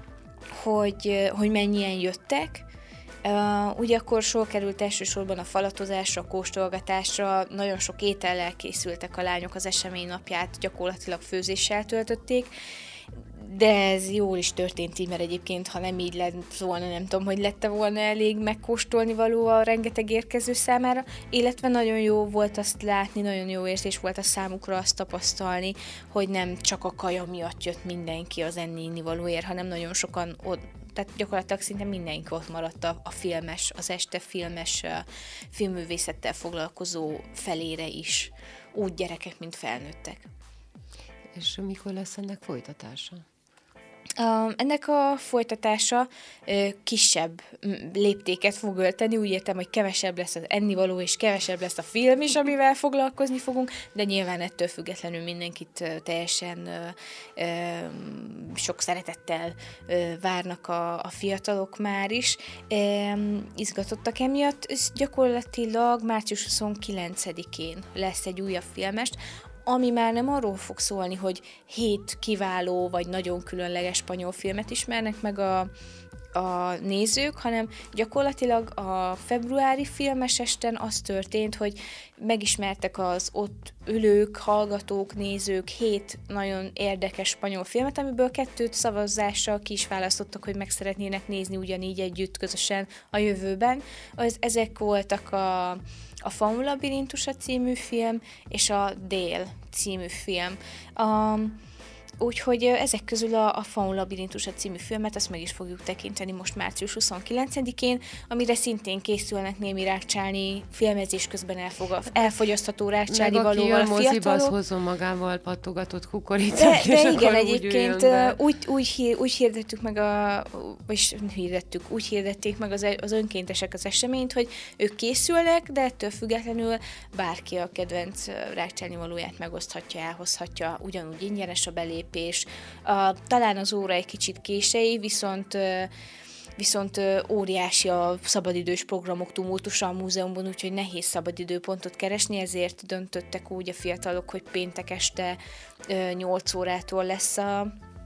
Speaker 1: hogy, hogy mennyien jöttek. Uh, ugye akkor sor került elsősorban a falatozásra, a kóstolgatásra, nagyon sok étellel készültek a lányok, az esemény napját gyakorlatilag főzéssel töltötték, de ez jól is történt így, mert egyébként, ha nem így lett volna, nem tudom, hogy lette volna elég megkóstolni való a rengeteg érkező számára, illetve nagyon jó volt azt látni, nagyon jó érzés volt a számukra azt tapasztalni, hogy nem csak a kaja miatt jött mindenki az enni valóért, hanem nagyon sokan ott, tehát gyakorlatilag szinte mindenki ott maradt a, a filmes, az este filmes uh, filmművészettel foglalkozó felére is, úgy gyerekek, mint felnőttek.
Speaker 2: És mikor lesz ennek folytatása?
Speaker 1: Uh, ennek a folytatása uh, kisebb léptéket fog ölteni, úgy értem, hogy kevesebb lesz az ennivaló, és kevesebb lesz a film is, amivel foglalkozni fogunk, de nyilván ettől függetlenül mindenkit uh, teljesen uh, uh, sok szeretettel uh, várnak a, a fiatalok már is. Um, izgatottak emiatt, ez gyakorlatilag március huszonkilencedikén lesz egy újabb filmest, ami már nem arról fog szólni, hogy hét kiváló vagy nagyon különleges spanyol filmet ismernek meg a, a nézők, hanem gyakorlatilag a februári filmes esten az történt, hogy megismertek az ott ülők, hallgatók, nézők hét nagyon érdekes spanyol filmet, amiből kettőt szavazással ki is választottak, hogy meg szeretnének nézni ugyanígy együtt közösen a jövőben. Az, ezek voltak a A Faun labirintusa című film, és a Dél című film. Um, úgyhogy ezek közül a, a Faun labirintusa című filmet, azt meg is fogjuk tekinteni most március huszonkilencedikén, amire szintén készülnek némi rákcsálni, filmezés közben elfog, elfogyasztható rákcsálni valóval a fiatalok.
Speaker 2: Moziba, az hozzon magával pattogatott kukoricát,
Speaker 1: de,
Speaker 2: és
Speaker 1: de
Speaker 2: akkor
Speaker 1: igen,
Speaker 2: úgy
Speaker 1: egyébként úgy, úgy, hír, úgy hirdettük meg a, vagyis hirdettük, úgy hirdették meg az, az önkéntesek az eseményt, hogy ők készülnek, de ettől függetlenül bárki a kedvenc rákcsálni valóját megoszthatja, elhozhatja, ugyanúgy ingyenes a belépés. Uh, talán az óra egy kicsit késői, viszont uh, viszont uh, óriási a szabadidős programok tumultusa a múzeumban, úgyhogy nehéz szabadidőpontot keresni, ezért döntöttek úgy a fiatalok, hogy péntek este uh, nyolc órától lesz a,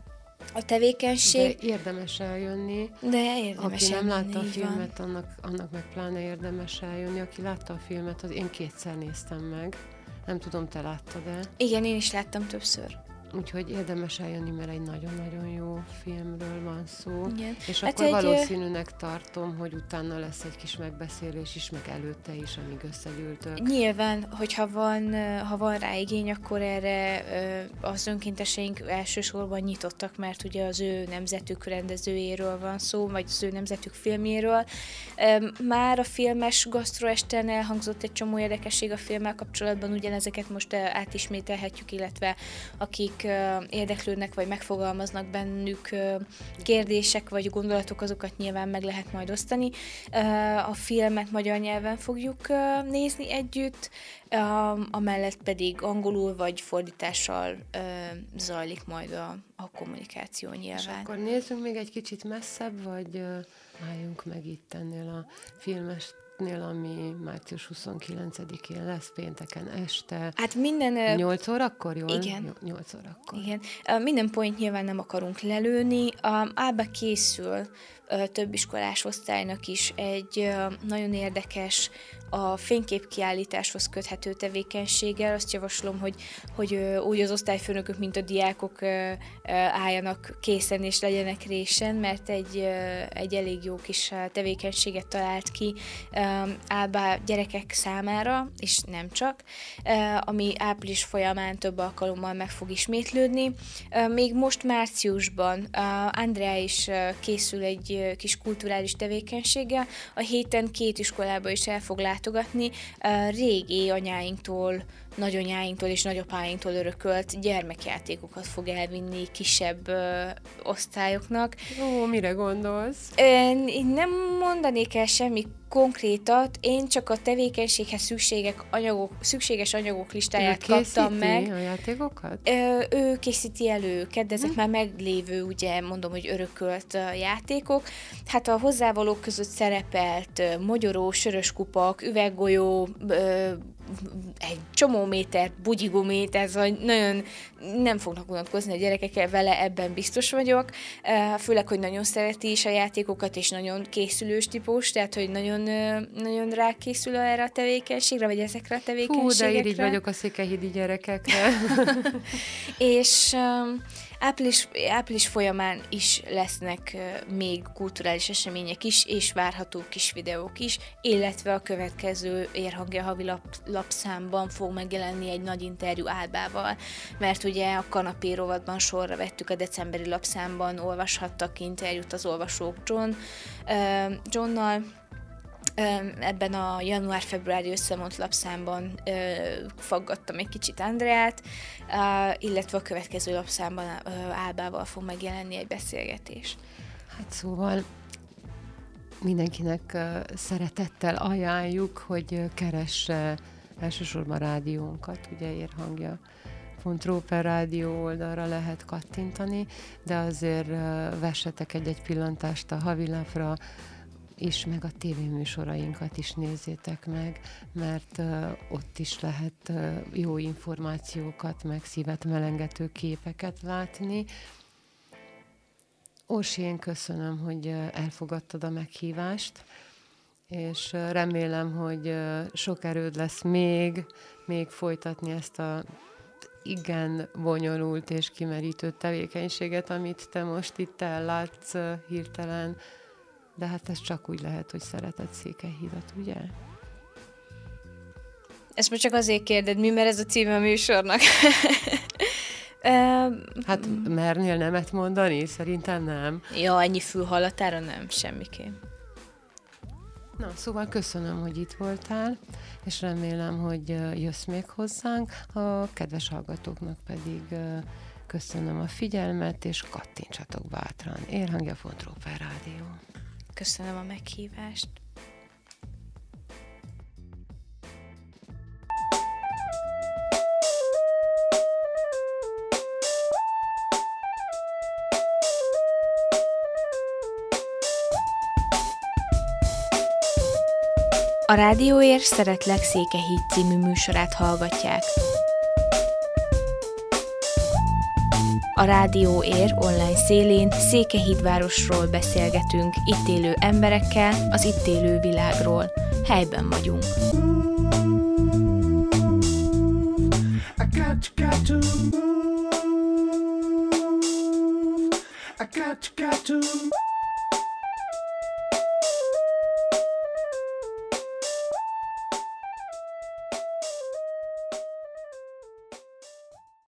Speaker 1: a tevékenység.
Speaker 2: De érdemes eljönni.
Speaker 1: De érdemes
Speaker 2: Aki nem
Speaker 1: eljönni,
Speaker 2: látta a
Speaker 1: így
Speaker 2: filmet, annak, annak meg pláne érdemes eljönni. Aki látta a filmet, az én kétszer néztem meg. Nem tudom, te láttad-e?
Speaker 1: Igen, én is láttam többször.
Speaker 2: Úgyhogy érdemes eljönni, mert egy nagyon-nagyon jó filmről van szó.
Speaker 1: Igen.
Speaker 2: És
Speaker 1: Hát
Speaker 2: akkor
Speaker 1: egy,
Speaker 2: valószínűnek tartom, hogy utána lesz egy kis megbeszélés is, meg előtte is, amíg összegyűltök.
Speaker 1: Nyilván, hogyha van, ha van rá igény, akkor erre az önkénteseink elsősorban nyitottak, mert ugye az ő nemzetük rendezőjéről van szó, vagy az ő nemzetük filmjéről. Már a filmes gasztroesten elhangzott egy csomó érdekesség a filmmel kapcsolatban, ugyanezeket most átismételhetjük, illetve akik érdeklődnek, vagy megfogalmaznak bennük kérdések, vagy gondolatok, azokat nyilván meg lehet majd osztani. A filmet magyar nyelven fogjuk nézni együtt, amellett pedig angolul vagy fordítással zajlik majd a, a kommunikáció nyilván.
Speaker 2: És akkor nézzünk még egy kicsit messzebb, vagy álljunk meg itt ennél a filmes ami március huszonkilencedikén lesz, pénteken este.
Speaker 1: Hát minden...
Speaker 2: nyolc órakor, jól?
Speaker 1: Igen.
Speaker 2: nyolc órakor.
Speaker 1: Igen. Minden point nyilván nem akarunk lelőni. Ába készül több iskolás osztálynak is egy nagyon érdekes, a fényképkiállításhoz köthető tevékenységgel. Azt javaslom, hogy, hogy úgy az osztályfőnökök, mint a diákok álljanak készen és legyenek résen, mert egy, egy elég jó kis tevékenységet talált ki Ába gyerekek számára, és nem csak, ami április folyamán több alkalommal meg fog ismétlődni. Még most márciusban Andrea is készül egy kis kulturális tevékenységgel. A héten két iskolába is el fog látogatni. Régi anyáinktól, nagyanyáinktól és nagyapáinktól örökölt gyermekjátékokat fog elvinni kisebb ö, osztályoknak.
Speaker 2: Ó, mire gondolsz?
Speaker 1: Én nem mondanék el semmi konkrétat, én csak a tevékenységhez szükséges anyagok, szükséges anyagok listáját kaptam meg.
Speaker 2: A játékokat?
Speaker 1: Ö, ő készíti elő őket, de ezek hm. már meglévő, ugye mondom, hogy örökölt uh, játékok. Hát a hozzávalók között szerepelt uh, mogyoró, sörös kupak, üveggolyó, uh, egy csomó méter, bugyigumét, ez nagyon nem fognak unatkozni a gyerekek vele, ebben biztos vagyok. Főleg, hogy nagyon szereti is a játékokat, és nagyon készülős típus, tehát, hogy nagyon, nagyon rákészül erre a tevékenységre, vagy ezekre a tevékenységekre.
Speaker 2: Hú, de irigy vagyok a székelyhídi gyerekekre.
Speaker 1: És um, április, április folyamán is lesznek uh, még kulturális események is, és várható kis videók is, illetve a következő Érhangja havi lap, lapszámban fog megjelenni egy nagy interjú Ábával, mert ugye a kanapé rovatban sorra vettük a decemberi lapszámban, olvashattak interjút az olvasók John, uh, Johnnal, Ebben a január-februári összemont lapszámban ö, faggattam egy kicsit Andreát, ö, illetve a következő lapszámban ö, Álbával fog megjelenni egy beszélgetés.
Speaker 2: Hát szóval mindenkinek uh, szeretettel ajánljuk, hogy uh, keresse elsősorban rádiónkat, ugye Érhangja pont ro per rádió oldalra lehet kattintani, de azért uh, vessetek egy-egy pillantást a Havilapra is, meg a tévéműsorainkat is nézzétek meg, mert uh, ott is lehet uh, jó információkat, meg szívet melengető képeket látni. Orsi, én köszönöm, hogy uh, elfogadtad a meghívást, és uh, remélem, hogy uh, sok erőd lesz még, még folytatni ezt a igen bonyolult és kimerítő tevékenységet, amit te most itt ellátsz uh, hirtelen, de hát ez csak úgy lehet, hogy szereted Székelyhídat, ugye?
Speaker 1: Ezt most csak azért kérded, mi, mert ez a címe a műsornak.
Speaker 2: Hát mernél nemet mondani? Szerintem nem.
Speaker 1: Ja, ennyi fülhallatára nem, semmiképp.
Speaker 2: Na, szóval köszönöm, hogy itt voltál, és remélem, hogy jössz még hozzánk. A kedves hallgatóknak pedig köszönöm a figyelmet, és kattintsatok bátran. Érhangja pont ro per rádió.
Speaker 1: Köszönöm a meghívást. A Rádióér Szeretlek Székelyhíd című műsorát hallgatják. A Rádióér online szélén Székelyhídvárosról beszélgetünk, itt élő emberekkel, az itt élő világról. Helyben vagyunk.
Speaker 3: I got, got to move. I got, got to